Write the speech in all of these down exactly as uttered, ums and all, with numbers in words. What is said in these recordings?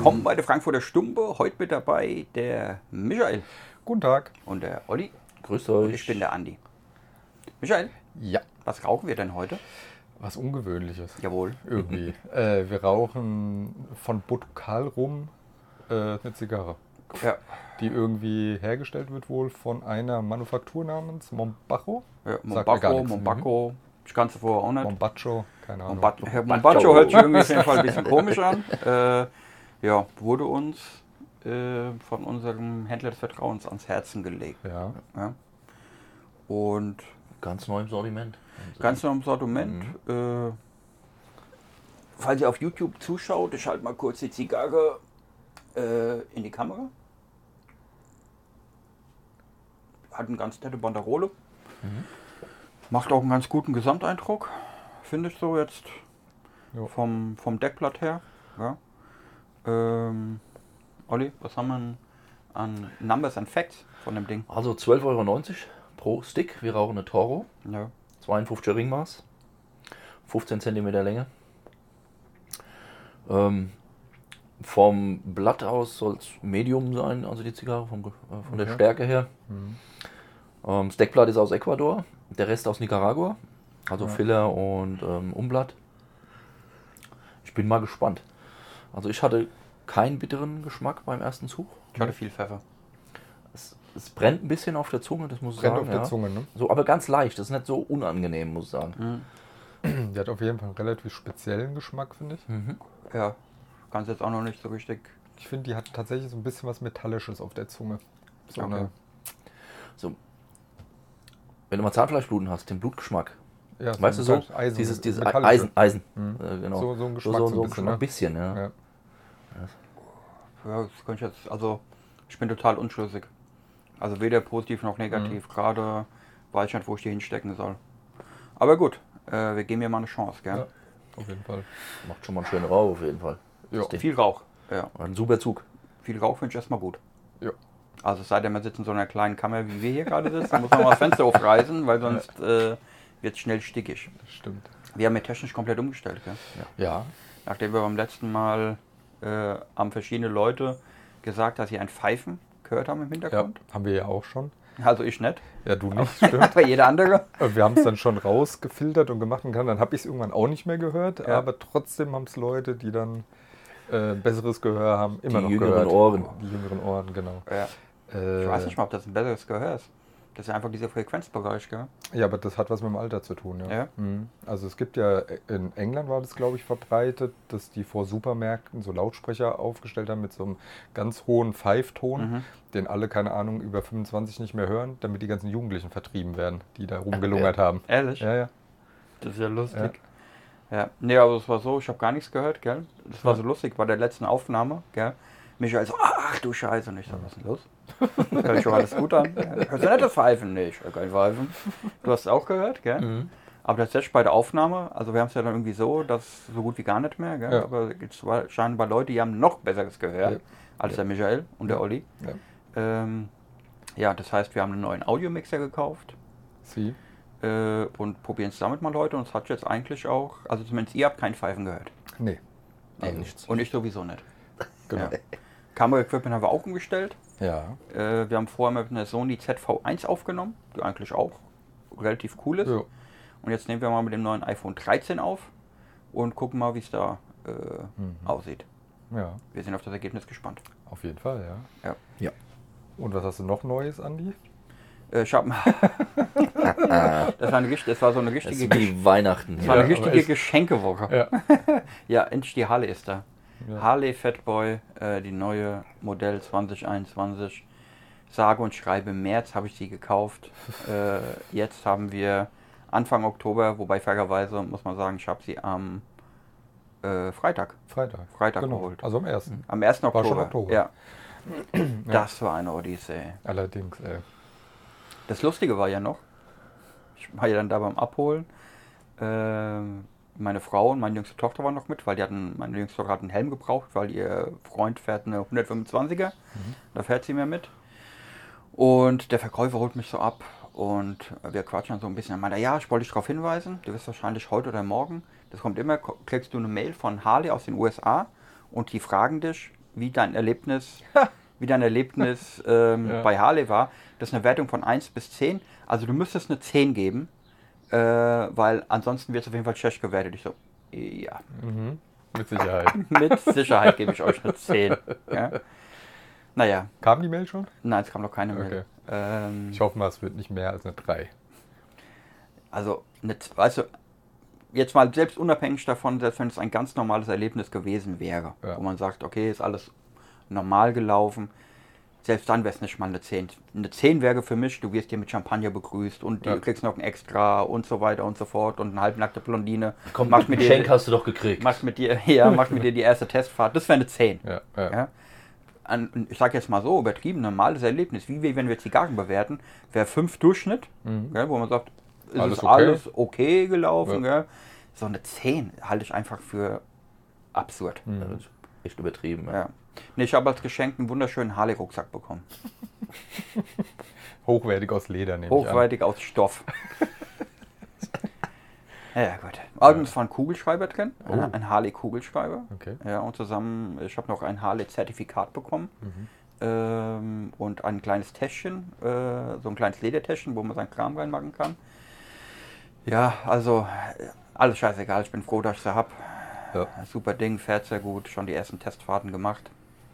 Willkommen bei der Frankfurter Stumpe. Heute mit dabei der Michael. Guten Tag. Und der Olli. Grüßt euch. Und ich bin der Andi. Michael? Ja. Was rauchen wir denn heute? Was Ungewöhnliches. Jawohl. Irgendwie. äh, wir rauchen von Botukal rum äh, eine Zigarre. Ja. Die irgendwie hergestellt wird wohl von einer Manufaktur namens Mombacho. Ja, Mombacho, Mombacho. Ich kannte es vorher auch nicht. Mombacho, keine Ahnung. Mombacho, Mombacho hört sich irgendwie auf jeden Fall ein bisschen komisch an. Äh, ja, wurde uns äh, von unserem Händler des Vertrauens ans Herzen gelegt. Ja. Ja. Und Ganz neu im Sortiment. ganz neu im Sortiment. Mhm. Äh, falls ihr auf YouTube zuschaut, ich halte mal kurz die Zigarre äh, in die Kamera. Hat eine ganz nette Banderole. Mhm. Macht auch einen ganz guten Gesamteindruck, finde ich so jetzt vom, vom Deckblatt her. Ja. Ähm, Olli, was haben wir denn an Numbers and Facts von dem Ding? Also zwölf Euro neunzig pro Stick. Wir rauchen eine Toro. Ja. zweiundfünfziger Ringmaß. fünfzehn Zentimeter Länge. Ähm, vom Blatt aus soll es Medium sein, also die Zigarre, vom, äh, von der Okay. Stärke her. Mhm. Ähm, das Deckblatt ist aus Ecuador, der Rest aus Nicaragua. Also Ja. Filler und ähm, Umblatt. Ich bin mal gespannt. Also ich hatte keinen bitteren Geschmack beim ersten Zug. Ich hatte viel Pfeffer. Es, es brennt ein bisschen auf der Zunge, das muss ich Brennt sagen. auf der ja. Zunge, ne? So, aber ganz leicht, das ist nicht so unangenehm, muss ich sagen. Mhm. Die hat auf jeden Fall einen relativ speziellen Geschmack, finde ich. Mhm. Ja, kannst jetzt auch noch nicht so richtig. Ich finde, die hat tatsächlich so ein bisschen was Metallisches auf der Zunge. So Okay. eine, So. Wenn du mal Zahnfleischbluten hast, den Blutgeschmack. ja, so Weißt du, so Metall- Eisen, dieses, dieses metallische. Eisen, Eisen. Mhm. Äh, genau. So, so ein So, Geschmack so, so so ein ein bisschen, Geschmack, ne? bisschen, ja. Ja. Ja, das könnte ich jetzt, also ich bin total unschlüssig. Also weder positiv noch negativ. Gerade weiß ich nicht, wo ich die hinstecken soll. Aber gut, äh, wir geben ihr mal eine Chance, gell? Ja, auf jeden Fall. Macht schon mal einen schönen Rauch auf jeden Fall. Ja. Das Ding. Viel Rauch. Ja, Ein super Zug. viel Rauch finde ich erstmal gut. Ja. Also es sei denn, man sitzt in so einer kleinen Kammer, wie wir hier gerade sitzen, dann muss man mal das Fenster aufreißen, weil sonst äh, wird es schnell stickig. Das stimmt. Wir haben ja technisch komplett umgestellt, gell? Ja. Nachdem wir beim letzten Mal äh, haben verschiedene Leute gesagt, dass sie ein Pfeifen gehört haben im Ja, Hintergrund. haben wir ja auch schon. Also ich nicht, Ja, du nicht, stimmt. aber jeder andere. Äh, Wir haben es dann schon rausgefiltert und gemacht und kann. Dann habe ich es irgendwann auch nicht mehr gehört, Ja. aber trotzdem haben es Leute, die dann äh, besseres Gehör haben, immer Die noch jüngeren gehört. Ohren. Die jüngeren Ohren, genau. Ja. Äh, Ich weiß nicht mal, ob das ein besseres Gehör ist. Das ist ja einfach dieser Frequenzbereich, gell? Ja, aber das hat was mit dem Alter zu tun, ja. Ja? Mhm. Also es gibt ja, in England war das, glaube ich, verbreitet, dass die vor Supermärkten so Lautsprecher aufgestellt haben mit so einem ganz hohen Pfeifton, Mhm. den alle, keine Ahnung, über fünfundzwanzig nicht mehr hören, damit die ganzen Jugendlichen vertrieben werden, die da rumgelungert haben. Ehrlich? Ja, ja. Das ist ja lustig. Ja. Nee, aber es war so, ich habe gar nichts gehört, gell? Das war so lustig bei der letzten Aufnahme, gell? Michael so, ach du Scheiße. Und ich so, was ist denn los? Hört sich schon alles gut an. Hörst du nicht das Pfeifen? Nee, ich höre kein Pfeifen. Du hast es auch gehört, gell? Mhm. Aber tatsächlich bei der Aufnahme, also wir haben es ja dann irgendwie so, dass so gut wie gar nicht mehr, gell? Ja. Aber es war scheinbar Leute, die haben noch besseres gehört Ja. als der Michael und der Olli. Ja. Ähm, ja, das heißt, wir haben einen neuen Audiomixer gekauft. Sie? Äh, und probieren es damit mal heute. Und es hat jetzt eigentlich auch, also zumindest ihr habt kein Pfeifen gehört. Nee. Nee, nichts. Und ich sowieso nicht. Genau. Ja. Kamera-Equipment haben wir auch umgestellt. Ja. Äh, wir haben vorher mit einer Sony Z V eins aufgenommen, die eigentlich auch relativ cool ist. Ja. Und jetzt nehmen wir mal mit dem neuen iPhone dreizehn auf und gucken mal, wie es da äh, Mhm. aussieht. Ja, Wir sind auf das Ergebnis gespannt. auf jeden Fall, ja. Ja. Ja. Und was hast du noch Neues, Andi? Äh, ich hab, das, war eine, richt- das war so eine Das richtige, ist wie Weihnachten. das war Ja, eine aber richtige es- Geschenkewoche. Ja. Ja, endlich die Harley ist da. Ja. Harley Fatboy, äh, die neue Modell zwanzig einundzwanzig. Sage und schreibe, im März habe ich sie gekauft. äh, jetzt haben wir Anfang Oktober, wobei fairerweise muss man sagen, ich habe sie am äh, Freitag, Freitag. Freitag genau. geholt. Also am ersten. Am ersten War Oktober. schon Oktober. Ja. Das war eine Odyssee. Allerdings, ey. Das Lustige war ja noch, ich war ja dann da beim Abholen. Ähm, meine Frau und meine jüngste Tochter waren noch mit, weil die hatten, meine jüngste Tochter hat einen Helm gebraucht, weil ihr Freund fährt eine hundertfünfundzwanziger. Mhm. Da fährt sie mehr mit. Und der Verkäufer holt mich so ab und wir quatschen dann so ein bisschen. Er meinte, ja, ich wollte dich darauf hinweisen, du wirst wahrscheinlich heute oder morgen, das kommt immer, kriegst du eine Mail von Harley aus den U S A und die fragen dich, wie dein Erlebnis, wie dein Erlebnis ähm, Ja. bei Harley war. Das ist eine Wertung von eins bis zehn. Also du müsstest eine zehn geben, äh, weil ansonsten wird es auf jeden Fall schlecht gewertet. Ich so, ja, Mhm. Mit Sicherheit. mit Sicherheit gebe ich euch eine zehn. Ja. Naja, Kam die Mail schon? nein, es kam noch keine Mail. Okay. Ähm, Ich hoffe mal, es wird nicht mehr als eine drei. Also, nicht, weißt du, jetzt mal selbst unabhängig davon, selbst wenn es ein ganz normales Erlebnis gewesen wäre, Ja. wo man sagt, okay, ist alles normal gelaufen, selbst dann wäre es nicht mal eine zehn. Eine zehn wäre für mich, du wirst hier mit Champagner begrüßt und Ja. du kriegst noch ein Extra und so weiter und so fort und eine halbnackte Blondine. Komm, macht mit Geschenk dir, hast du doch gekriegt. macht mit dir, ja, macht mit dir die erste Testfahrt. Das wäre eine zehn. Ja, ja. Ja? An, ich sage jetzt mal so, übertrieben, normales Erlebnis, wie wir, wenn wir Zigarren bewerten, wäre fünf Durchschnitt, Mhm. gell, wo man sagt, ist Alles es okay? alles okay gelaufen. Ja. Gell? So eine zehn halte ich einfach für absurd. Mhm. Das ist echt übertrieben. Ja. Ja. Nee, ich habe als Geschenk einen wunderschönen Harley-Rucksack bekommen. Hochwertig aus Leder, nehme ich an. Hochwertig aus Stoff. ja, ja, gut. Allerdings war ein Kugelschreiber drin, Oh. ja, ein Harley-Kugelschreiber. Okay. Ja, und zusammen, ich habe noch ein Harley-Zertifikat bekommen. Mhm. Ähm, und ein kleines Täschchen, äh, so ein kleines Ledertäschchen, wo man seinen Kram reinmachen kann. Ja, also äh, alles scheißegal, ich bin froh, dass ich sie habe. Ja. Super Ding, fährt sehr gut, schon die ersten Testfahrten gemacht.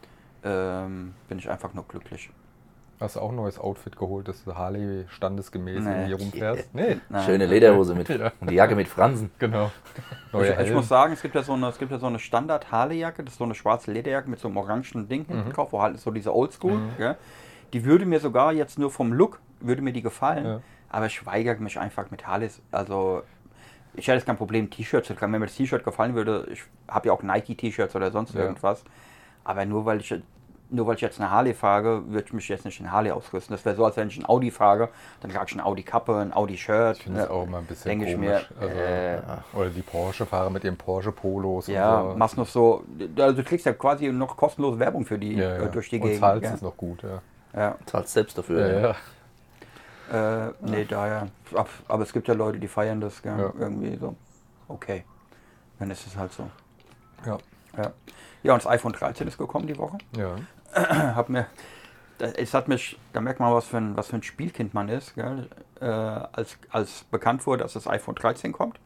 Ähm, bin ich einfach nur glücklich. Hast du auch ein neues Outfit geholt, dass du Harley standesgemäß Nee. irgendwie rumfährst? Nee, Nein. Schöne Lederhose mit Ja. und die Jacke mit Fransen. genau. Neue Ich, ich Helm. muss sagen, es gibt ja so eine, es gibt ja so eine Standard-Harley-Jacke, das ist so eine schwarze Lederjacke mit so einem orangen Ding hinten Mhm. drauf, wo halt so diese Oldschool, Mhm. gell? Die würde mir sogar jetzt nur vom Look, würde mir die gefallen, Ja. aber ich weigere mich einfach mit Harleys, also ich hätte jetzt kein Problem, T-Shirts zu tragen, wenn mir das T-Shirt gefallen würde, ich habe ja auch Nike-T-Shirts oder sonst Ja. irgendwas, aber nur weil ich nur weil ich jetzt eine Harley fahre, würde ich mich jetzt nicht in Harley ausrüsten. Das wäre so, als wenn ich einen Audi fahre, dann trage ich eine Audi-Kappe, ein Audi-Shirt. Ich finde es auch mal ein bisschen denke ich komisch. mir, also, äh, oder die Porsche-Fahrer mit ihren Porsche-Polos. Ja, und so. machst noch so, also du kriegst ja quasi noch kostenlose Werbung für die ja, ja. äh, durch die und Gegend. zahlst ja. es noch gut, ja. Ja, Zahlst selbst dafür. Ja, Ja. ja. äh, nee, daher, ab- aber es gibt ja Leute, die feiern das, gell, Ja. irgendwie so. Okay, dann ist es halt so. Ja. Ja, ja, und das iPhone dreizehn ist gekommen die Woche. ja. Hab mir, das- es hat mich, da merkt man, was für ein, was für ein Spielkind man ist, gell? Äh, als, als bekannt wurde, dass das iPhone dreizehn kommt.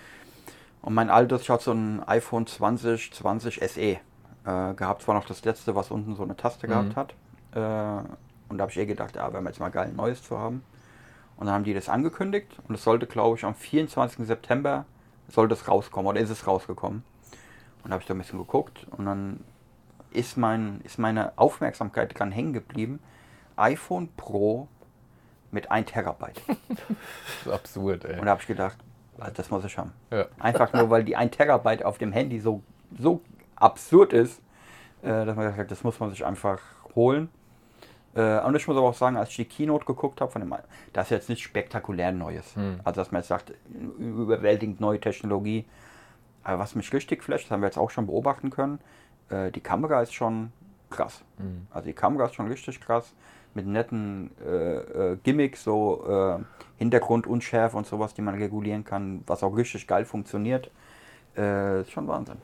Und mein altes, ich hatte so ein iPhone zwanzig zwanzig S E äh, gehabt, zwar noch das letzte, was unten so eine Taste Mhm. gehabt hat. Äh, und da habe ich eh gedacht, ja, wäre mir jetzt mal geil, ein neues zu haben. Und dann haben die das angekündigt und es sollte, glaube ich, am vierundzwanzigsten September sollte es rauskommen oder ist es rausgekommen. Und da habe ich da ein bisschen geguckt und dann ist, mein, ist meine Aufmerksamkeit dran hängen geblieben. iPhone Pro mit ein Terabyte. Das ist absurd, ey. Und da habe ich gedacht, also das muss ich haben. Ja. Einfach nur, weil die ein Terabyte auf dem Handy so, so absurd ist, äh, dass man gesagt hat, das muss man sich einfach holen. Äh, und ich muss aber auch sagen, als ich die Keynote geguckt habe, von dem, das ist jetzt nicht spektakulär Neues. Hm. Also, dass man jetzt sagt, überwältigend neue Technologie. Aber was mich richtig flasht, das haben wir jetzt auch schon beobachten können, äh, die Kamera ist schon krass. Hm. Also die Kamera ist schon richtig krass, mit netten äh, äh, Gimmicks, so äh, Hintergrundunschärfe und sowas, die man regulieren kann, was auch richtig geil funktioniert. Äh, ist schon Wahnsinn.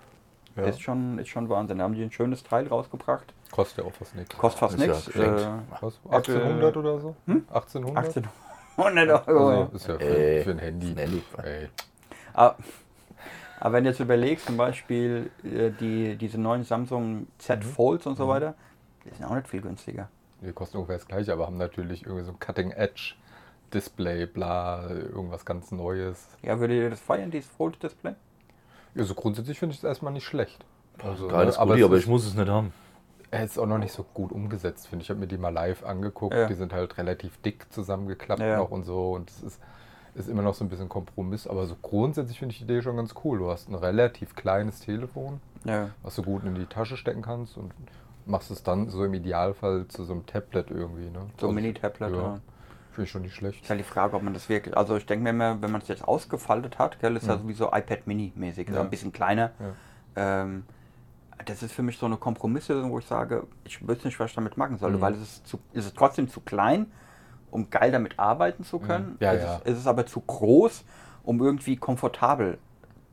Ja. Ist, schon, ist schon Wahnsinn. Da haben die ein schönes Teil rausgebracht. Kostet ja auch fast nichts. Kostet fast Ist ja nichts. geschenkt. Äh, Was? achtzehnhundert oder so? Hm? achtzehnhundert? achtzehnhundert Euro. Also, ist ja für, Ey, für ein Handy. ein Handy. Ey. Aber, aber wenn du jetzt überlegst, zum Beispiel äh, die, diese neuen Samsung Z Mhm. Folds und so weiter, die sind auch nicht viel günstiger. Die kosten ungefähr das gleiche, aber haben natürlich irgendwie so ein Cutting-Edge-Display, bla, irgendwas ganz Neues. Ja, würdet ihr das feiern, dieses Fold-Display? Ja, so grundsätzlich finde ich es erstmal nicht schlecht. Also, Geiles ne, aber, Goodie, es aber ist, ich muss es nicht haben. er ist auch noch nicht so gut umgesetzt, finde ich. Ich habe mir die mal live angeguckt. Ja. Die sind halt relativ dick zusammengeklappt Ja. noch und so. Und es ist, ist immer noch so ein bisschen Kompromiss. Aber so grundsätzlich finde ich die Idee schon ganz cool. Du hast ein relativ kleines Telefon, Ja. was du gut in die Tasche stecken kannst und machst es dann so im Idealfall zu so einem Tablet irgendwie. Ne? So ein Also, Mini-Tablet, ja. ja. Finde ich schon nicht schlecht. Ist halt die Frage, ob man das wirklich, also ich denke mir immer, wenn man es jetzt ausgefaltet hat, gell, ist ja Mhm. sowieso iPad Mini mäßig, so Ja. ein bisschen kleiner. Ja. Ähm, das ist für mich so eine Kompromisslösung, wo ich sage, ich wüsste nicht, was ich damit machen sollte, Mhm. weil es ist, zu, es ist trotzdem zu klein, um geil damit arbeiten zu können. Mhm. Ja, es, ja. Ist, es ist aber zu groß, um irgendwie komfortabel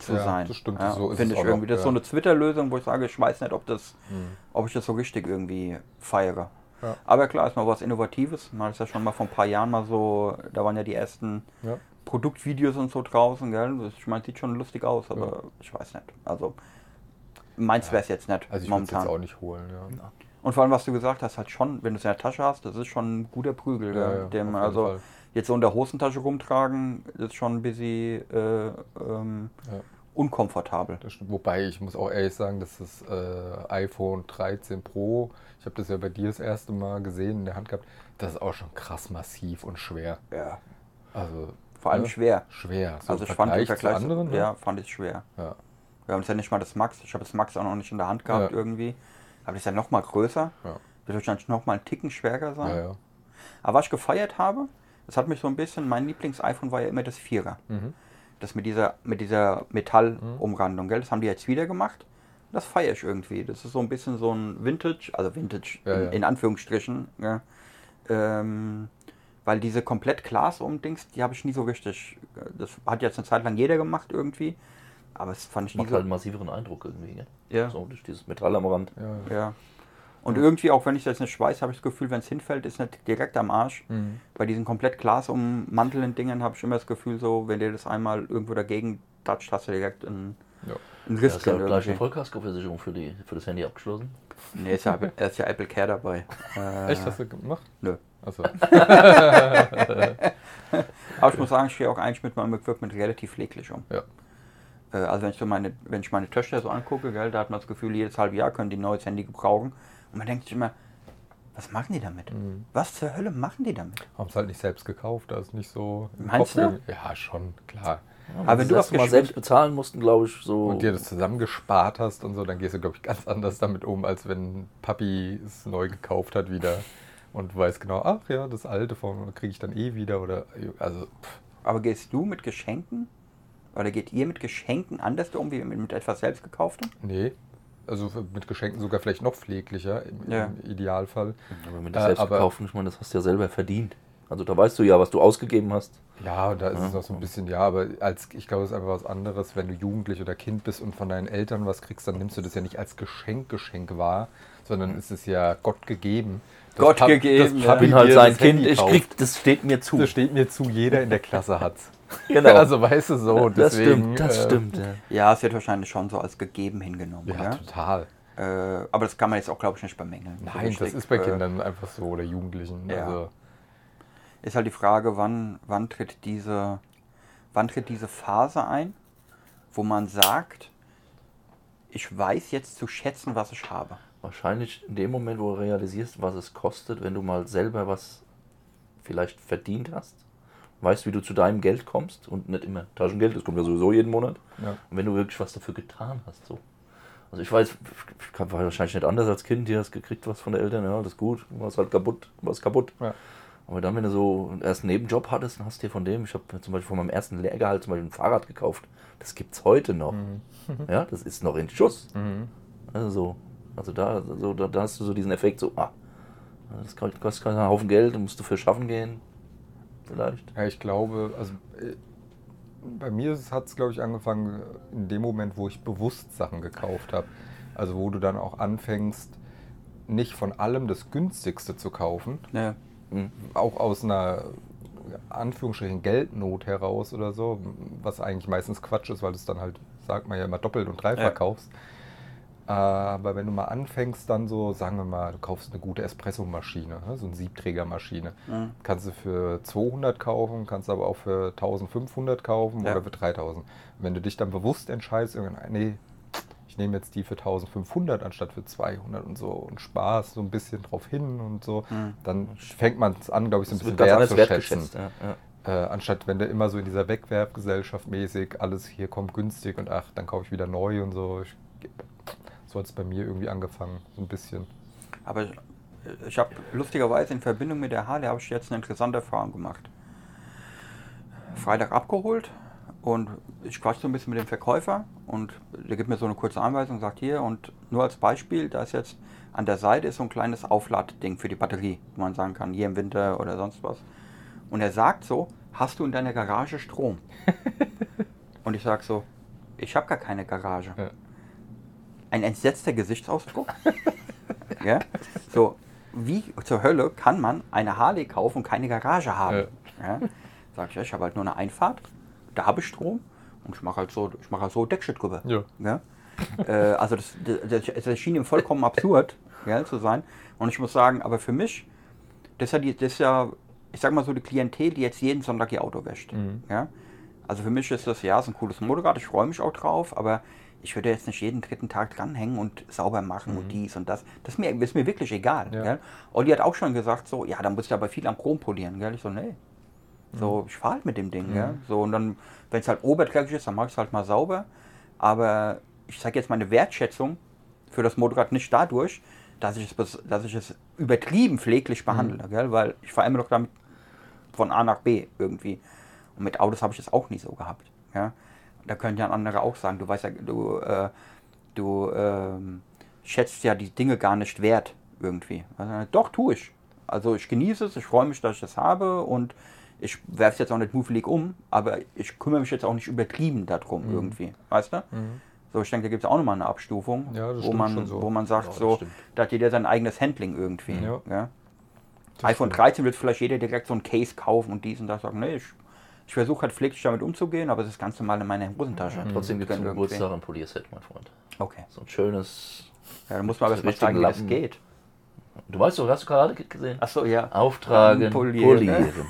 zu ja, sein. Das stimmt. Ja, so ist finde es ich auch irgendwie. noch, Das ist ja. so eine Twitter-Lösung, wo ich sage, ich weiß nicht, ob das, Mhm. ob ich das so richtig irgendwie feiere. Ja. Aber klar, ist mal was Innovatives. Man hat es ja schon mal vor ein paar Jahren mal so, da waren ja die ersten Ja. Produktvideos und so draußen, gell? Das, ich meine, sieht schon lustig aus, aber Ja. ich weiß nicht. Also meins Ja. wäre es jetzt nicht Also ich würde es momentan. jetzt auch nicht holen, ja. Und vor allem, was du gesagt hast, halt schon, wenn du es in der Tasche hast, das ist schon ein guter Prügel. Ja, gell? ja, Dem, auf jeden also Fall. jetzt so in der Hosentasche rumtragen, ist schon ein bisschen äh, ähm, Ja. unkomfortabel. Das stimmt. Wobei, ich muss auch ehrlich sagen, dass das äh, iPhone dreizehn Pro, ich habe das ja bei dir das erste Mal gesehen, in der Hand gehabt, das ist auch schon krass massiv und schwer. Ja. Also Vor allem ne? schwer. Schwer. So Also im ich fand im Vergleich Vergleich zu anderen, ne? ja, fand ich schwer. Ja. Wir haben es ja nicht mal das Max, ich habe das Max auch noch nicht in der Hand gehabt Ja. irgendwie. Aber das ist ja noch mal größer. Ja. Wird wahrscheinlich noch mal einen Ticken schwerer sein. Ja, ja. Aber was ich gefeiert habe, das hat mich so ein bisschen, mein Lieblings-iPhone war ja immer das Vierer. Mhm. Das mit dieser, mit dieser Metallumrandung, gell? Das haben die jetzt wieder gemacht. Das feiere ich irgendwie. Das ist so ein bisschen so ein Vintage, also Vintage Ja, in, ja. in Anführungsstrichen. Ja. Ähm, weil diese komplett Glas-Um-Dings, die habe ich nie so richtig. Das hat jetzt eine Zeit lang jeder gemacht irgendwie. Aber das fand ich nie Macht so. halt einen massiveren Eindruck irgendwie, gell? Ja. So durch dieses Metall am Rand. Ja, ja. Ja. Und irgendwie, auch wenn ich das nicht weiß, habe ich das Gefühl, wenn es hinfällt, ist nicht direkt am Arsch. Mhm. Bei diesen komplett glasummantelnden Dingen habe ich immer das Gefühl, so, wenn dir das einmal irgendwo dagegen toucht, hast du direkt einen, Ja. einen Ja, Riss ist ja drin. gleich eine irgendwie. Vollkaskoversicherung für, die, für das Handy abgeschlossen. Nee, ist ja, Apple- ist ja Apple Care dabei. Äh, Echt, hast du gemacht? Nö. Achso. Aber ich muss sagen, ich stehe auch eigentlich mit meinem Equipment relativ pfleglich um. Ja. Äh, also wenn ich, so meine, wenn ich meine Töchter so angucke, gell, da hat man das Gefühl, jedes halbe Jahr können die ein neues Handy gebrauchen. Und man denkt sich immer, was machen die damit? Mhm. Was zur Hölle machen die damit? Haben es halt nicht selbst gekauft, da ist nicht so. im Meinst Kopf du? irgendwie- Ja, schon, klar. Ja, Aber wenn du das was erste Mal geschwind- selbst bezahlen mussten, glaube ich, so. Und dir das zusammengespart hast und so, dann gehst du, glaube ich, ganz anders damit um, als wenn Papi es neu gekauft hat wieder und weiß genau, ach ja, das alte von kriege ich dann eh wieder oder also pff, Aber gehst du mit Geschenken? Oder geht ihr mit Geschenken anders um wie mit, mit etwas selbst gekauftem? nee. Also mit Geschenken sogar vielleicht noch pfleglicher im, Ja. im Idealfall. Aber wenn du Äh, selbst aber- gekauft, ich meine, das hast du ja selber verdient. Also da weißt du ja, was du ausgegeben hast. Ja, da ist Ja. es noch so ein bisschen, ja, aber als ich glaube, es ist einfach was anderes, wenn du Jugendlich oder Kind bist und von deinen Eltern was kriegst, dann nimmst du das ja nicht als Geschenk, Geschenk wahr, sondern es ist ja Gott gegeben. dass Gott Pap- gegeben, dass ja. Ich bin Papi halt dir sein das Kind, Handy ich kauft. krieg, das steht mir zu. Das steht mir zu, jeder in der Klasse hat's. Genau. Also weißt du so, das deswegen. stimmt, das äh, stimmt. Ja. Ja, es wird wahrscheinlich schon so als gegeben hingenommen. Ja, Ja, total. Äh, aber das kann man jetzt auch, glaube ich, nicht bemängeln. So Nein, das richtig. ist bei Äh, Kindern einfach so oder Jugendlichen. ja. Also, Ist halt die Frage, wann, wann, tritt diese, wann tritt diese Phase ein, wo man sagt, ich weiß jetzt zu schätzen, was ich habe. Wahrscheinlich in dem Moment, wo du realisierst, was es kostet, wenn du mal selber was vielleicht verdient hast. Weißt, wie du zu deinem Geld kommst und nicht immer Taschengeld, das kommt ja sowieso jeden Monat. ja. Und wenn du wirklich was dafür getan hast. So. Also ich weiß, ich war wahrscheinlich nicht anders als Kind, die hast gekriegt was von den Eltern, ja, das ist gut, was halt kaputt, was kaputt. Ja. Aber dann, wenn du so einen ersten Nebenjob hattest, dann hast du dir von dem, ich habe zum Beispiel von meinem ersten Lehrgehalt zum Beispiel ein Fahrrad gekauft. Das gibt's heute noch. Mhm. Ja, das ist noch in Schuss. Mhm. Also so, also da, so, da, da hast du so diesen Effekt, so, ah, das kostet einen Haufen Geld, musst du für schaffen gehen. Vielleicht. Ja, ich glaube, also äh, bei mir hat es, glaube ich, angefangen in dem Moment, wo ich bewusst Sachen gekauft habe. Also wo du dann auch anfängst, nicht von allem das Günstigste zu kaufen, Ja. Mhm. auch aus einer Anführungsstrichen Geldnot heraus oder so, was eigentlich meistens Quatsch ist, weil du es dann halt, sagt man ja immer, doppelt und dreifach Ja. kaufst. Aber wenn du mal anfängst, dann so, sagen wir mal, du kaufst eine gute Espressomaschine, ne, so eine Siebträgermaschine, Mhm. kannst du für zweihundert kaufen, kannst aber auch für eintausendfünfhundert kaufen Ja. oder für dreitausend. Wenn du dich dann bewusst entscheidest, irgendwann, nee, ich nehme jetzt die für eintausendfünfhundert anstatt für zweihundert und so und sparst so ein bisschen drauf hin und so, Mhm. dann fängt man es an, glaube ich, so ein Das wird bisschen ganz anders wertzuschätzen. wertgeschätzt. Ja, ja. Äh, anstatt wenn du immer so in dieser Wegwerfgesellschaft mäßig, alles hier kommt günstig und ach, dann kaufe ich wieder neu und so. Ich, so hat es bei mir irgendwie angefangen, so ein bisschen. Aber ich, ich habe lustigerweise in Verbindung mit der Harley habe ich jetzt eine interessante Erfahrung gemacht. Freitag abgeholt und ich quatsche so ein bisschen mit dem Verkäufer und der gibt mir so eine kurze Anweisung, sagt hier und nur als Beispiel, da ist jetzt an der Seite ist so ein kleines Aufladding für die Batterie, wo man sagen kann, hier im Winter oder sonst was. Und er sagt so, hast du in deiner Garage Strom? Und ich sag so, ich habe gar keine Garage. Ja. Ein entsetzter Gesichtsausdruck. Ja? So, wie zur Hölle kann man eine Harley kaufen und keine Garage haben? Ja. Ja? Sag ich, ja, ich habe halt nur eine Einfahrt, da habe ich Strom und ich mache halt so, ich mache halt so Deckshit drüber. Ja. Ja? Äh, also das, das, das schien ihm vollkommen absurd, ja, zu sein. Und ich muss sagen, aber für mich, das ist ja, die, das ist ja, ich sag mal so, die Klientel, die jetzt jeden Sonntag ihr Auto wäscht. Mhm. Ja? Also für mich ist das, ja, ist ein cooles Motorrad, ich freue mich auch drauf, aber ich würde jetzt nicht jeden dritten Tag dranhängen und sauber machen mhm. und dies und das. Das ist mir, ist mir wirklich egal. Ja. Gell? Olli hat auch schon gesagt, so, ja, dann muss ich aber viel am Chrom polieren. Gell? Ich so, nee. So, ich fahre halt mit dem Ding. Mhm. Gell? So, und dann, wenn es halt oberflächlich ist, dann mache ich es halt mal sauber. Aber ich sage jetzt meine Wertschätzung für das Motorrad nicht dadurch, dass ich es, dass ich es übertrieben pfleglich behandle. Mhm. Gell? Weil ich fahre immer noch damit von A nach B irgendwie. Und mit Autos habe ich das auch nie so gehabt. Ja? Da können ja andere auch sagen, du weißt ja, du, äh, du ähm, schätzt ja die Dinge gar nicht wert irgendwie. Also, doch, tue ich. Also ich genieße es, ich freue mich, dass ich das habe und ich werfe es jetzt auch nicht muffelig um, aber ich kümmere mich jetzt auch nicht übertrieben darum mhm. irgendwie. Weißt du? Mhm. So, ich denke, da gibt es auch nochmal eine Abstufung, ja, das wo, man, schon so. wo man sagt, ja, so, stimmt. da hat jeder sein eigenes Handling irgendwie. Ja. Ja? iPhone dreizehn wird vielleicht jeder direkt so ein Case kaufen und dies und das sagen, nee, ich, ich versuche halt pfleglich damit umzugehen, aber das ist ganz normal in meiner Hosentasche. Ja, trotzdem gibt es zum Geburtstag ein Polierset, mein Freund. Okay. So ein schönes... Ja, da muss man aber erst mal zeigen, wie das geht. Du weißt doch, hast du gerade gesehen? Achso, ja. Auftragen, polieren. polieren.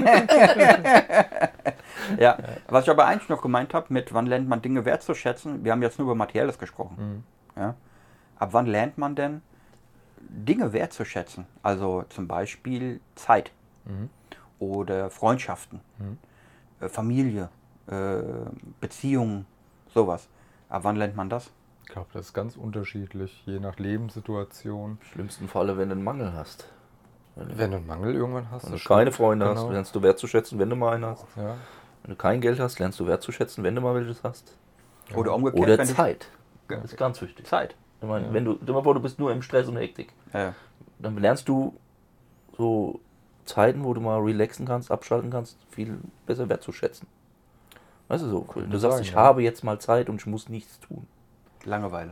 Ja, was ich aber eigentlich noch gemeint habe, mit wann lernt man Dinge wertzuschätzen, wir haben jetzt nur über Materielles gesprochen. Mhm. Ja? Ab wann lernt man denn Dinge wertzuschätzen? Also zum Beispiel Zeit mhm. oder Freundschaften, mhm. äh, Familie, äh, Beziehungen, sowas. Ab wann lernt man das? Ich glaube, das ist ganz unterschiedlich, je nach Lebenssituation. Im schlimmsten Falle, wenn du einen Mangel hast. Wenn, wenn du einen Mangel irgendwann hast. Wenn du keine Freunde genau. hast, lernst du wertzuschätzen, wenn du mal einen hast. Ja. Wenn du kein Geld hast, lernst du wertzuschätzen, wenn du mal welches hast. Ja. Oder umgekehrt. Oder wenn Zeit. Du, das ist ganz wichtig. Zeit. Ich meine, ja. wenn du, stell dir mal vor, du bist nur im Stress und Hektik. Ja. Dann lernst du so Zeiten, wo du mal relaxen kannst, abschalten kannst, viel besser wertzuschätzen. Weißt du so? Cool. Du sagst, sagen, ich ja. habe jetzt mal Zeit und ich muss nichts tun. Langeweile.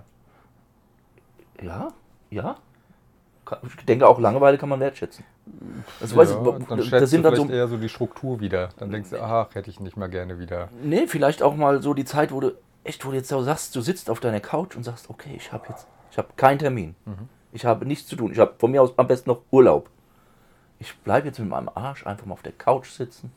Ja, ja. Ich denke, auch Langeweile kann man wertschätzen. Das, ja, weiß ich, dann das schätzt sind du dann vielleicht so, eher so die Struktur wieder. Dann denkst du, ach, hätte ich nicht mal gerne wieder. Nee, vielleicht auch mal so die Zeit, wo du echt, wo du jetzt so sagst, du sitzt auf deiner Couch und sagst, okay, ich habe jetzt, ich habe keinen Termin. Mhm. Ich habe nichts zu tun. Ich habe von mir aus am besten noch Urlaub. Ich bleibe jetzt mit meinem Arsch einfach mal auf der Couch sitzen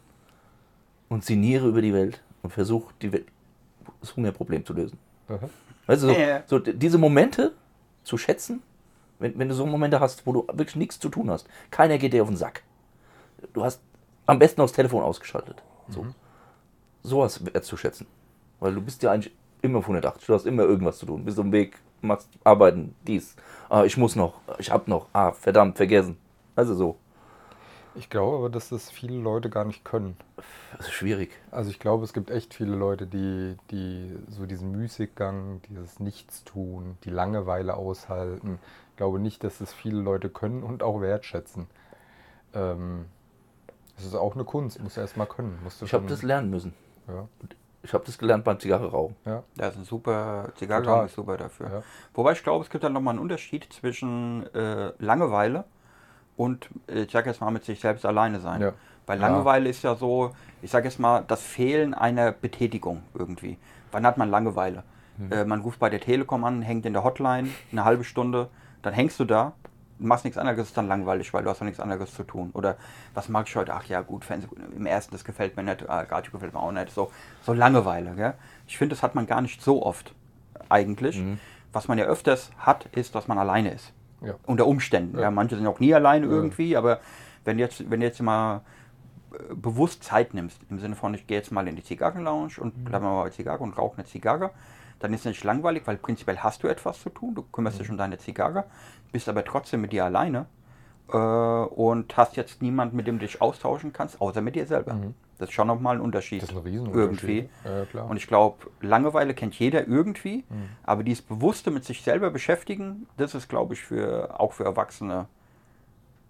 und sinniere über die Welt und versuche, die Welt, das Hungerproblem zu lösen. Mhm. Weißt du, so, äh. so diese Momente zu schätzen, wenn, wenn du so Momente hast, wo du wirklich nichts zu tun hast. Keiner geht dir auf den Sack. Du hast am besten auch das Telefon ausgeschaltet. So. Mhm. Sowas wertzuschätzen. Weil du bist ja eigentlich immer von der Dach. Du hast immer irgendwas zu tun. Bist auf dem Weg, machst arbeiten, dies. Ah, ich muss noch, ich hab noch. Ah, verdammt, vergessen. Also so. Ich glaube aber, dass das viele Leute gar nicht können. Das ist schwierig. Also ich glaube, es gibt echt viele Leute, die, die so diesen Müßiggang, dieses Nichtstun, die Langeweile aushalten. Ich glaube nicht, dass es viele Leute können und auch wertschätzen. Ähm, es ist auch eine Kunst, musst du erst mal können. Musst du ich habe das lernen müssen. Ja. Ich habe das gelernt beim Zigarre rauchen. Ja, das ist ein super, Zigarre rauchen ist super dafür. Ja. Wobei ich glaube, es gibt dann nochmal einen Unterschied zwischen äh, Langeweile und, ich sage jetzt mal, mit sich selbst alleine sein. Ja. Weil Langeweile ja. ist ja so, ich sage jetzt mal, das Fehlen einer Betätigung irgendwie. Wann hat man Langeweile? Mhm. Äh, man ruft bei der Telekom an, hängt in der Hotline eine halbe Stunde, dann hängst du da, machst nichts anderes, ist dann langweilig, weil du hast noch nichts anderes zu tun. Oder was mag ich heute? Ach ja, gut, Fernsehen, im ersten, das gefällt mir nicht, ah, Radio gefällt mir auch nicht. So, so Langeweile. Gell? Ich finde, das hat man gar nicht so oft eigentlich. Mhm. Was man ja öfters hat, ist, dass man alleine ist. Ja. Unter Umständen. Ja. Ja, manche sind auch nie alleine ja. irgendwie, aber wenn du jetzt, wenn du jetzt mal bewusst Zeit nimmst, im Sinne von, ich gehe jetzt mal in die Zigarrenlounge und mhm. bleib mal bei Zigarre und rauche eine Zigarre, dann ist es nicht langweilig, weil prinzipiell hast du etwas zu tun, du kümmerst mhm. dich um deine Zigarre, bist aber trotzdem mit dir alleine äh, und hast jetzt niemanden, mit dem du dich austauschen kannst, außer mit dir selber. Mhm. Das ist schon nochmal ein Unterschied. Das ist ein Riesenunterschied. Irgendwie. Ja, klar. Und ich glaube, Langeweile kennt jeder irgendwie, mhm. aber dieses bewusste mit sich selber beschäftigen, das ist, glaube ich, für auch für Erwachsene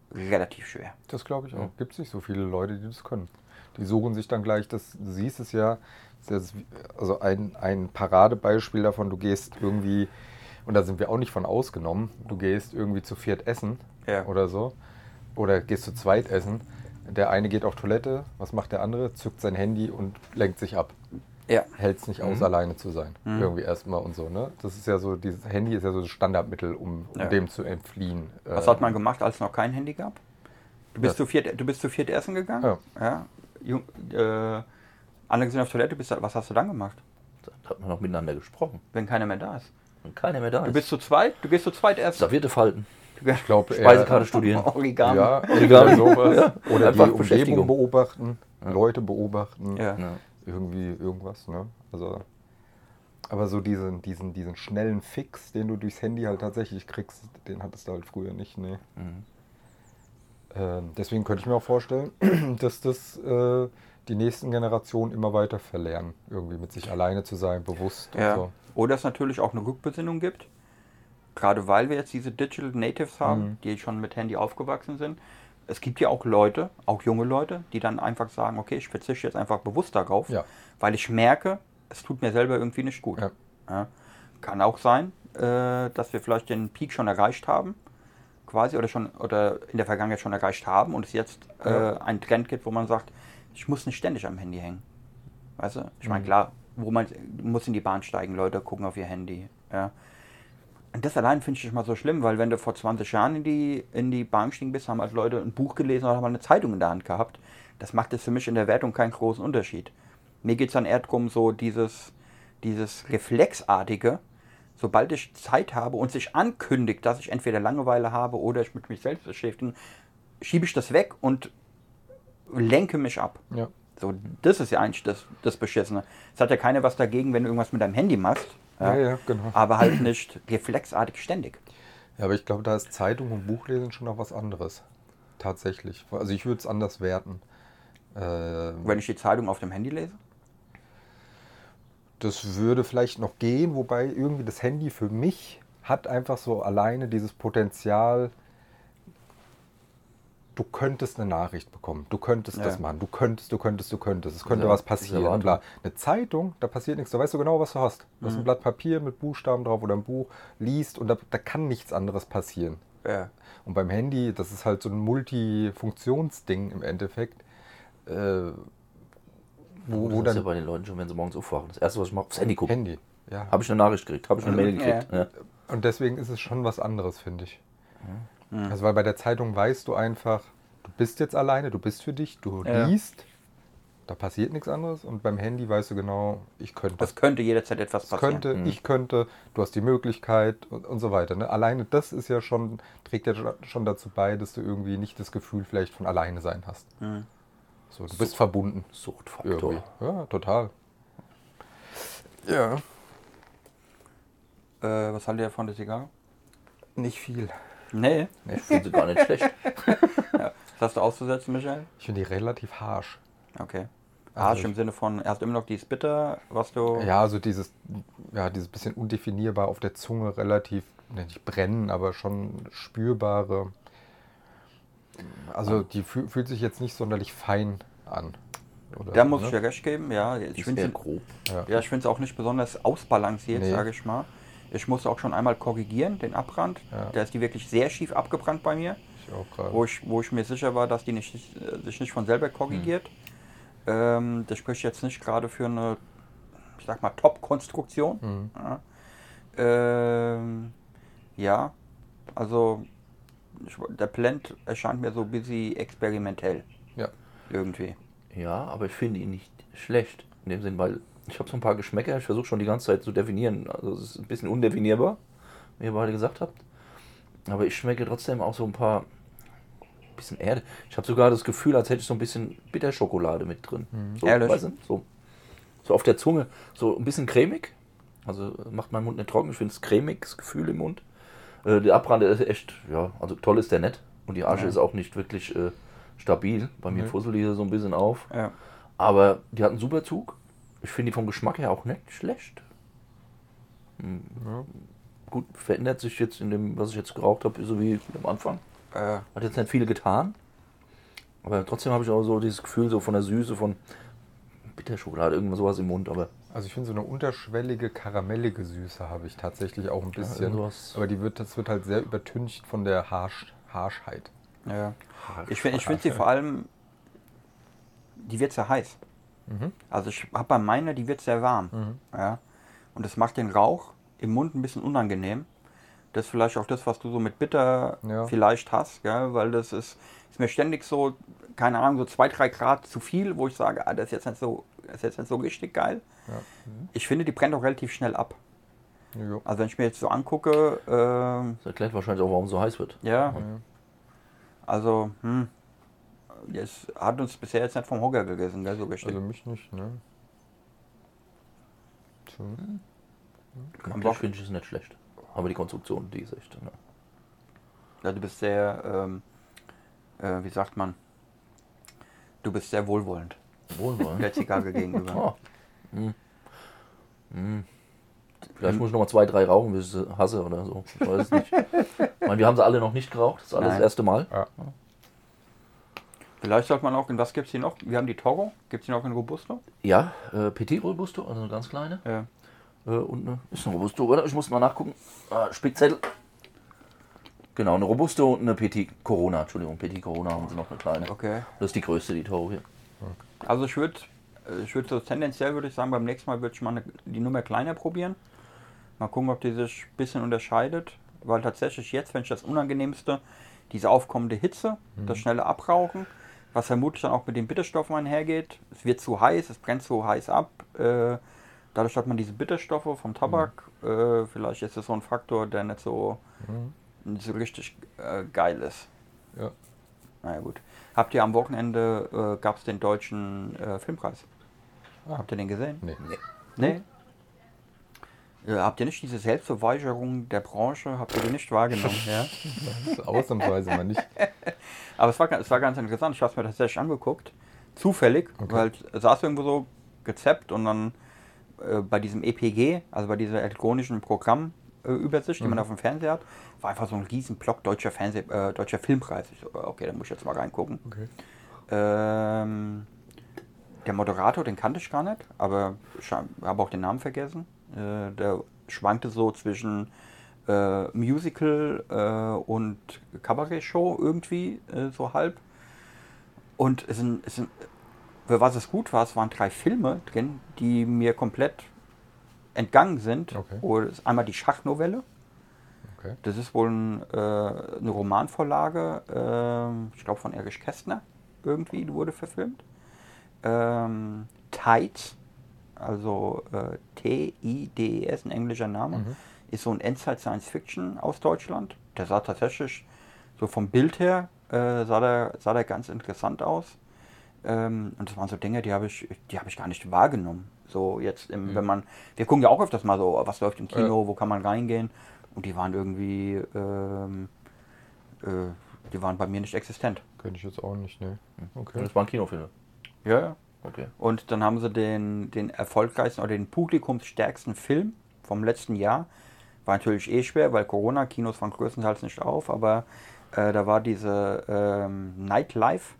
relativ schwer. Das glaube ich auch. Ja. Gibt es nicht so viele Leute, die das können. Die suchen sich dann gleich, das, du siehst es ja, das also ein, ein Paradebeispiel davon, du gehst irgendwie, und da sind wir auch nicht von ausgenommen, du gehst irgendwie zu viert essen ja. oder so, oder gehst zu zweit essen, der eine geht auf Toilette, was macht der andere? Zückt sein Handy und lenkt sich ab. Ja. Hält es nicht aus, mhm. alleine zu sein. Mhm. Irgendwie erstmal und so. Ne? Das ist ja so, dieses Handy ist ja so das Standardmittel, um, um ja. dem zu entfliehen. Was hat man gemacht, als es noch kein Handy gab? Du bist, ja. zu, viert, du bist zu viert essen gegangen? Ja. ja. Jung, äh, andere sind auf Toilette, bist, was hast du dann gemacht? Da hat man noch miteinander gesprochen. Wenn keiner mehr da ist. Wenn keiner mehr da ist. Du bist zu zweit, du gehst zu zweit essen. Servierte Falten. Ich glaube, Speisekarte studieren. Origami. Ja, Origami. Sowas. Ja. Oder die Umgebung beobachten, ja. Leute beobachten. Ja. Ja. Irgendwie irgendwas, ne? Also, aber so diesen, diesen, diesen schnellen Fix, den du durchs Handy halt tatsächlich kriegst, den hattest du halt früher nicht, ne? Mhm. Ähm, deswegen könnte ich mir auch vorstellen, dass das äh, die nächsten Generationen immer weiter verlernen, irgendwie mit sich alleine zu sein, bewusst ja. und so. Oder es natürlich auch eine Rückbesinnung gibt, gerade weil wir jetzt diese Digital Natives haben, mhm. die schon mit Handy aufgewachsen sind. Es gibt ja auch Leute, auch junge Leute, die dann einfach sagen, okay, ich verzichte jetzt einfach bewusst darauf, ja. weil ich merke, es tut mir selber irgendwie nicht gut. Ja. Ja. Kann auch sein, äh, dass wir vielleicht den Peak schon erreicht haben, quasi, oder schon oder in der Vergangenheit schon erreicht haben und es jetzt äh, ja. einen Trend gibt, wo man sagt, ich muss nicht ständig am Handy hängen. Weißt du? Ich meine, mhm. klar, wo man muss in die Bahn steigen, Leute gucken auf ihr Handy. Ja. Und das allein finde ich mal so schlimm, weil wenn du vor zwanzig Jahren in die, in die Bahn gestiegen bist, haben halt Leute ein Buch gelesen oder haben eine Zeitung in der Hand gehabt. Das macht jetzt für mich in der Wertung keinen großen Unterschied. Mir geht es dann eher darum, so dieses, dieses Reflexartige, sobald ich Zeit habe und sich ankündigt, dass ich entweder Langeweile habe oder ich mit mich selbst beschäftige, schiebe ich das weg und lenke mich ab. Ja. So, das ist ja eigentlich das, das Beschissene. Es hat ja keiner was dagegen, wenn du irgendwas mit deinem Handy machst. Ja, ja, ja, genau. Aber halt nicht reflexartig ständig. Ja, aber ich glaube, da ist Zeitung und Buchlesen schon noch was anderes. Tatsächlich. Also ich würde es anders werten. Ähm, wenn ich die Zeitung auf dem Handy lese? Das würde vielleicht noch gehen, wobei irgendwie das Handy für mich hat einfach so alleine dieses Potenzial, du könntest eine Nachricht bekommen, du könntest ja. das machen, du könntest, du könntest, du könntest, es könnte ja, was passieren. Bla. Eine Zeitung, da passiert nichts, da weißt du genau, was du hast. Du hast mhm. ein Blatt Papier mit Buchstaben drauf oder ein Buch, liest und da, da kann nichts anderes passieren. Ja. Und beim Handy, das ist halt so ein Multifunktionsding im Endeffekt, äh, wo, wo das dann... ist ja bei den Leuten schon, wenn sie morgens aufwachen. Das erste, was ich mache, aufs Handy gucken. Handy, ja. Habe ich eine Nachricht gekriegt, habe ich eine Mail gekriegt. Ja. Ja. Und deswegen ist es schon was anderes, finde ich. Mhm. Also weil bei der Zeitung weißt du einfach, du bist jetzt alleine, du bist für dich, du ja. liest, da passiert nichts anderes. Und beim Handy weißt du genau, ich könnte. Das könnte jederzeit etwas das passieren. Könnte, mhm. ich könnte, du hast die Möglichkeit und, und so weiter. Ne? Alleine das ist ja schon, trägt ja schon dazu bei, dass du irgendwie nicht das Gefühl vielleicht von alleine sein hast. Mhm. So, du bist verbunden. Suchtfaktor. Irgendwie. Ja, total. Ja. Äh, was haltet ihr von der Zigarre? Nicht viel. Nee. nee ich finde sie gar nicht schlecht. Ja. Was hast du auszusetzen, Michael? Ich finde die relativ harsch. Okay. Harsch also im Sinne von, erst immer noch dieses Bitter, was du... Ja, also dieses, ja, dieses bisschen undefinierbar auf der Zunge, relativ, nicht brennen, aber schon spürbare... Also die fühl, fühlt sich jetzt nicht sonderlich fein an. Oder, da muss ne? ich dir recht geben, ja. Ich finde es grob. Ja, ja ich finde es auch nicht besonders ausbalanciert, nee. sage ich mal. Ich musste auch schon einmal korrigieren, den Abrand. Ja. Da ist die wirklich sehr schief abgebrannt bei mir. Ich auch gerade. Wo ich, wo ich mir sicher war, dass die nicht, sich nicht von selber korrigiert. Hm. Ähm, das spricht jetzt nicht gerade für eine, ich sag mal, Top-Konstruktion. Hm. Ja. Ähm, ja, also ich, der Blend erscheint mir so ein bisschen experimentell. Ja. Irgendwie. Ja, aber ich finde ihn nicht schlecht. In dem Sinn, weil ich habe so ein paar Geschmäcker, ich versuche schon die ganze Zeit zu definieren. Also es ist ein bisschen undefinierbar, wie ihr beide gesagt habt. Aber ich schmecke trotzdem auch so ein paar bisschen Erde. Ich habe sogar das Gefühl, als hätte ich so ein bisschen Bitterschokolade mit drin. Mhm. So, Ehrlich? Weißt du? so, so auf der Zunge. So ein bisschen cremig. Also macht meinen Mund nicht trocken. Ich finde es cremiges Gefühl im Mund. Äh, der Abrand ist echt, ja, also toll ist der nicht. Und die Asche ja. ist auch nicht wirklich äh, stabil. Bei mir Mhm. fusselt die so ein bisschen auf. Ja. Aber die hat einen super Zug. Ich finde die vom Geschmack her auch nicht schlecht. Hm. Ja. Gut, verändert sich jetzt in dem, was ich jetzt geraucht habe, so wie am Anfang. Äh, Hat jetzt nicht viel getan. Aber trotzdem habe ich auch so dieses Gefühl so von der Süße, von Bitterschokolade, irgendwas sowas im Mund. Aber Also ich finde so eine unterschwellige, karamellige Süße habe ich tatsächlich auch ein bisschen. irgendwas- aber die wird, das wird halt sehr übertüncht von der Harsch, Harschheit. ja. Ich finde ich find sie vor allem, die wird sehr heiß. Mhm. Also ich habe bei meiner, die wird sehr warm. Mhm. Ja. Und das macht den Rauch im Mund ein bisschen unangenehm. Das ist vielleicht auch das, was du so mit Bitter Ja. vielleicht hast, gell? Weil das ist, ist mir ständig so, keine Ahnung, so zwei, drei Grad zu viel, wo ich sage, ah, das ist jetzt nicht so, das ist jetzt nicht so richtig geil. Ja. Ich finde, die brennt auch relativ schnell ab. Jo. Also wenn ich mir jetzt so angucke, ähm, das erklärt wahrscheinlich auch, warum es so heiß wird. ja, Ja. also, hm, das hat uns bisher jetzt nicht vom Hocker gegessen, gell, so richtig. Also mich nicht, ne? So. Geschmacklich finde ich es nicht schlecht. Aber die Konstruktion, die ist echt. Ne? Ja, du bist sehr, ähm, äh, wie sagt man, du bist sehr wohlwollend Wohlwollend. der Zigarre gegenüber. Oh. Hm. Hm. Vielleicht muss ich noch mal zwei, drei rauchen, bis ich sie hasse oder so. Ich weiß es nicht. Ich meine, wir haben sie alle noch nicht geraucht. Das ist alles Nein. das erste Mal. Ja. Vielleicht sollte man auch, in was gibt es hier noch? Wir haben die Toro, gibt es hier noch in Robusto? Ja, äh, Petit Robusto, also eine ganz kleine. Ja. Äh, und eine, ist eine Robusto, oder? Ich muss mal nachgucken. Ah, Spickzettel. Genau, eine Robusto und eine Petit Corona. Entschuldigung, Petit Corona haben sie noch eine kleine. Okay. Das ist die größte, die Toro hier. Also ich würde, ich würde so tendenziell würde ich sagen, beim nächsten Mal würde ich mal eine, die Nummer kleiner probieren. Mal gucken, ob die sich ein bisschen unterscheidet. Weil tatsächlich jetzt, wenn ich das Unangenehmste, diese aufkommende Hitze, Mhm. das schnelle Abrauchen, was vermutlich dann auch mit den Bitterstoffen einhergeht. Es wird zu heiß, es brennt zu heiß ab. Äh, dadurch hat man diese Bitterstoffe vom Tabak. Mhm. Äh, vielleicht ist das so ein Faktor, der nicht so, Mhm. nicht so richtig äh, geil ist. Ja. Naja gut. Habt ihr am Wochenende, äh, gab es den deutschen äh, Filmpreis? Ah. Habt ihr den gesehen? Nee. Nee? Äh, habt ihr nicht diese Selbstverweigerung der Branche, habt ihr die nicht wahrgenommen? Ja? Ausnahmsweise mal nicht. Aber es war, es war ganz interessant, ich habe es mir tatsächlich angeguckt, zufällig, Okay. weil es saß irgendwo so gezappt und dann äh, bei diesem E P G, also bei dieser elektronischen Programmübersicht, die man Mhm. auf dem Fernseher hat, war einfach so ein riesen Block deutscher, Fernseh, äh, deutscher Filmpreis. Ich so, okay, da muss ich jetzt mal reingucken. Okay. Ähm, der Moderator, den kannte ich gar nicht, aber ich habe auch den Namen vergessen. Äh, der schwankte so zwischen äh, Musical äh, und Kabarett-Show irgendwie, äh, so halb. Und es sind, es sind, für was es gut war, es waren drei Filme drin, die mir komplett entgangen sind. Okay. Und das ist einmal die Schachnovelle. Okay. Das ist wohl ein, äh, eine Romanvorlage, äh, ich glaube von Erich Kästner irgendwie, die wurde verfilmt. Ähm, Tides, also äh, T I D E S, ein englischer Name, Mhm. ist so ein Endzeit-Science-Fiction aus Deutschland. Der sah tatsächlich, so vom Bild her, äh, sah, der, sah der ganz interessant aus. Ähm, und das waren so Dinge, die habe ich, die habe ich gar nicht wahrgenommen. So jetzt, im, Mhm. wenn man, wir gucken ja auch öfters mal so, was läuft im Kino, Ja. wo kann man reingehen. Und die waren irgendwie, ähm, äh, die waren bei mir nicht existent. Könnte ich jetzt auch nicht, ne? Und Okay. das waren Kinofilme. Ja, ja. Okay. Und dann haben sie den, den erfolgreichsten oder den publikumsstärksten Film vom letzten Jahr. War natürlich eh schwer, weil Corona, Kinos waren größtenteils nicht auf, aber äh, da war diese ähm, Nightlife.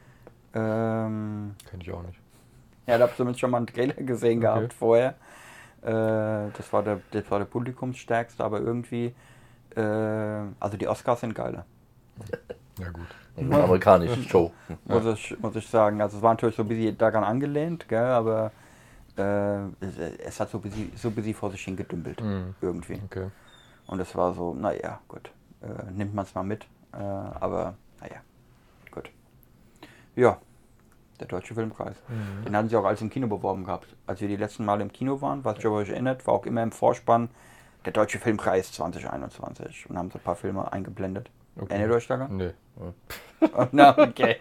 Ähm, Kenn ich auch nicht. ja, da habe ich zumindest schon mal einen Trailer gesehen Okay. gehabt vorher. Äh, das, war der, das war der publikumsstärkste, aber irgendwie, äh, also die Oscars sind geiler. Ja gut. Eine amerikanische Show. Muss, ich, muss ich sagen. Also es war natürlich so ein bisschen daran angelehnt, gell, aber äh, es, es hat so ein bisschen, so ein bisschen vor sich hin gedümpelt. Mhm. Irgendwie. Okay. Und es war so, naja, gut. Äh, nimmt man es mal mit. Äh, aber, naja, gut. Ja, der Deutsche Filmpreis. Mhm. Den hatten sie auch alles im Kino beworben gehabt. Als wir die letzten Mal im Kino waren, was ich euch erinnert, war auch immer im Vorspann der Deutsche Filmpreis zwanzig einundzwanzig. Und haben so ein paar Filme eingeblendet. Okay. Erinnert ihr euch daran? Nee. Oh, na, okay.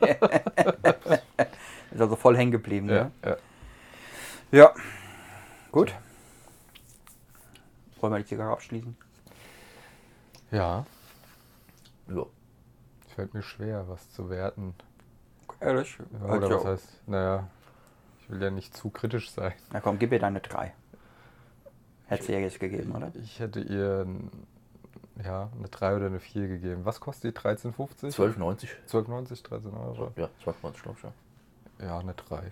Ist also voll hängen geblieben, Ja, ne? ja. Ja. Gut. Wollen wir die Zigarre abschließen? Ja, Ja. es fällt mir schwer, was zu werten. Ehrlich? Ja, Halt oder ja. was heißt, naja, ich will ja nicht zu kritisch sein. Na komm, gib ihr deine drei. Hättest du ja jetzt gegeben, oder? Ich hätte ihr n- ja, eine drei oder eine vier gegeben. Was kostet die? dreizehn fünfzig? zwölf neunzig. zwölf neunzig, dreizehn Euro. Ja, zwölf neunzig, glaube ich, ja. Ja, eine drei.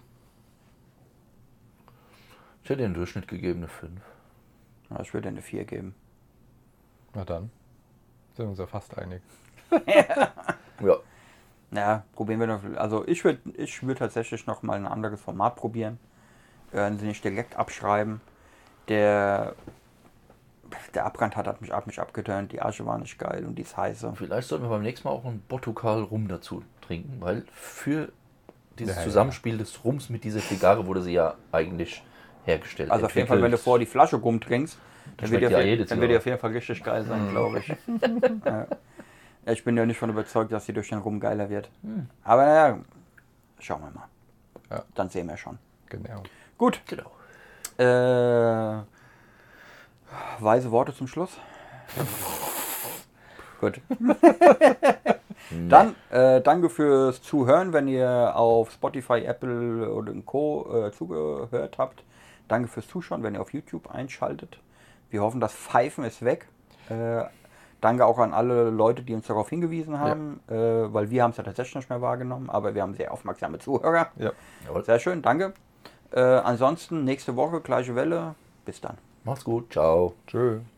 Ich hätte den Durchschnitt gegeben, eine fünf. Ja, ich würde eine vier geben. Na dann. Sind wir uns ja fast einig. Ja. Ja, probieren wir noch. Also ich würde ich würd tatsächlich noch mal ein anderes Format probieren. Äh, nicht direkt abschreiben. Der, der Abrand hat, hat, mich, hat mich abgeturnt, die Asche war nicht geil und die ist heiße. Vielleicht sollten wir beim nächsten Mal auch einen Botokal Rum dazu trinken, weil für dieses Ja, Zusammenspiel des Rums mit dieser Zigarre wurde sie ja eigentlich hergestellt. Also auf jeden Fall, wenn du vor die Flasche Rum trinkst, dann wird die auf, ja je- jede dann wird die Zigarre. auf jeden Fall richtig geil sein, glaube ich. Ja. Ich bin ja nicht von überzeugt, dass sie durch den Rum geiler wird. Hm. Aber naja, schauen wir mal. Ja. Dann sehen wir schon. Genau. Gut. Genau. Äh, weise Worte zum Schluss. Gut. Dann äh, danke fürs Zuhören, wenn ihr auf Spotify, Apple oder Co. Äh, zugehört habt. Danke fürs Zuschauen, wenn ihr auf YouTube einschaltet. Wir hoffen, das Pfeifen ist weg. Äh, danke auch an alle Leute, die uns darauf hingewiesen haben, ja. äh, weil wir haben es ja tatsächlich nicht mehr wahrgenommen, aber wir haben sehr aufmerksame Zuhörer. Ja. Sehr schön, danke. Äh, ansonsten nächste Woche gleiche Welle. Bis dann. Macht's gut. Ciao. Tschö.